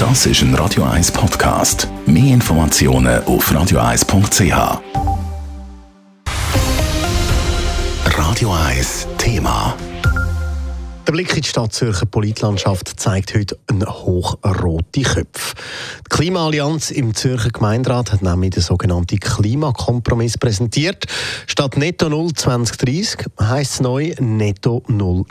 Das ist ein Radio 1 Podcast. Mehr Informationen auf radio1.ch. Radio 1 Thema. Der Blick in die Stadtzürcher Politlandschaft zeigt heute einen hochroten Köpf. Die Klimaallianz im Zürcher Gemeinderat hat nämlich den sogenannten Klimakompromiss präsentiert. Statt Netto Null 2030 heisst es neu Netto Null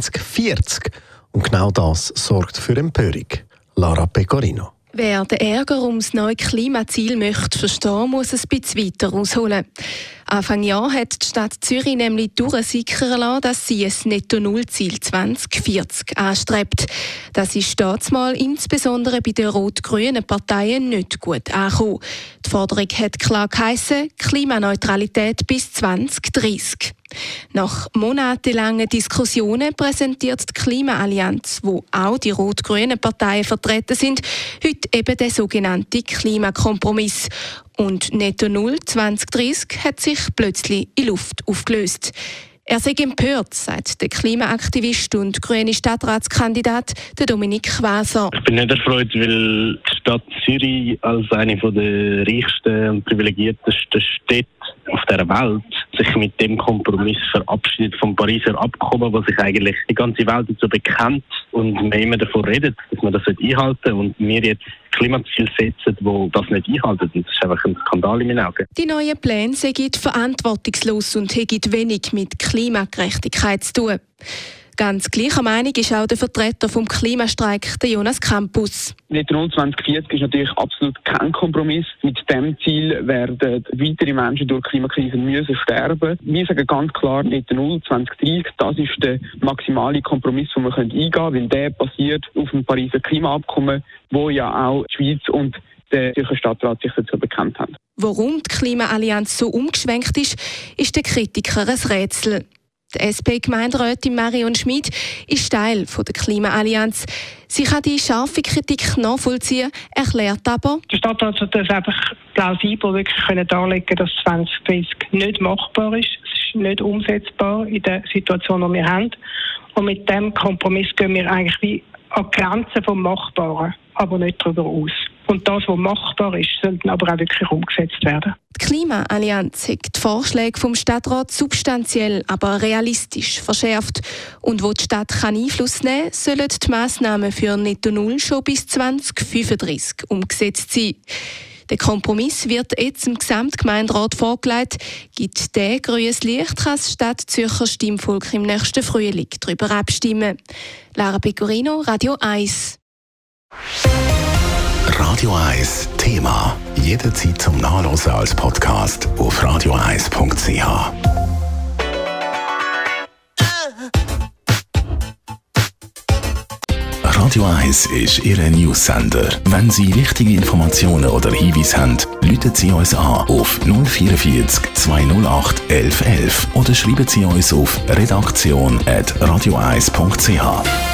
2040. Und genau das sorgt für Empörung. Lara Pecorino. Wer den Ärger ums neue Klimaziel möchte verstehen, muss ein bisschen weiter ausholen. Anfang Jahr hat die Stadt Zürich nämlich durchsickern lassen, dass sie ein Netto-Null-Ziel 2040 anstrebt. Das ist damals insbesondere bei den rot-grünen Parteien nicht gut angekommen. Die Forderung hat klar geheissen, Klimaneutralität bis 2030. Nach monatelangen Diskussionen präsentiert die Klimaallianz, wo auch die rot-grünen Parteien vertreten sind, heute eben den sogenannten Klimakompromiss. Und Netto Null 2030 hat sich plötzlich in Luft aufgelöst. Er sei empört, sagt der Klimaaktivist und grüne Stadtratskandidat Dominik Waser. Ich bin nicht erfreut, weil die Stadt Zürich als eine der reichsten und privilegiertesten Städte auf der Welt sich mit dem Kompromiss verabschiedet vom Pariser Abkommen, wo sich eigentlich die ganze Welt dazu bekennt und man immer davon redet, dass man das einhalten sollte und wir jetzt Klimaziele setzen, die das nicht einhalten. Und das ist einfach ein Skandal in meinen Augen. Die neuen Pläne seien verantwortungslos und hätten wenig mit Klimagerechtigkeit zu tun. Ganz gleicher Meinung ist auch der Vertreter vom Klimastreik, der Jonas Campus. Netto Null 2040 ist natürlich absolut kein Kompromiss. Mit dem Ziel werden weitere Menschen durch die Klimakrise müssen sterben. Wir sagen ganz klar, Netto Null 2030, das ist der maximale Kompromiss, den wir eingehen können, weil der basiert auf dem Pariser Klimaabkommen, wo ja auch die Schweiz und der Zürcher Stadtrat sich dazu bekannt haben. Warum die Klimaallianz so umgeschwenkt ist den Kritikern ein Rätsel. Die SP-Gemeinderätin Marion Schmid ist Teil der Klimaallianz. Sie kann die scharfe Kritik nachvollziehen, erklärt aber: Der Stadtrat sollte das einfach plausibel wirklich darlegen können, dass 2030 nicht machbar ist. Es ist nicht umsetzbar in der Situation, die wir haben. Und mit dem Kompromiss gehen wir eigentlich wie an die Grenzen vom Machbaren, aber nicht darüber aus. Und das, was machbar ist, sollte aber auch wirklich umgesetzt werden. Die Klimaallianz hat die Vorschläge vom Stadtrat substanziell, aber realistisch verschärft. Und wo die Stadt Einfluss nehmen kann, sollen die Massnahmen für Netto Null schon bis 2035 umgesetzt sein. Der Kompromiss wird jetzt im Gesamtgemeinderat vorgelegt. Gibt der grünes Licht, kann das Stadtzürcher Stimmvolk im nächsten Frühling darüber abstimmen. Lara Pecorino, Radio 1. Radio 1 Thema. Jederzeit zum Nachlesen als Podcast auf radio1.ch. Radio 1 ist Ihr News-Sender. Wenn Sie wichtige Informationen oder Hinweise haben, rufen Sie uns an auf 044 208 1111 oder schreiben Sie uns auf redaktion@radio1.ch.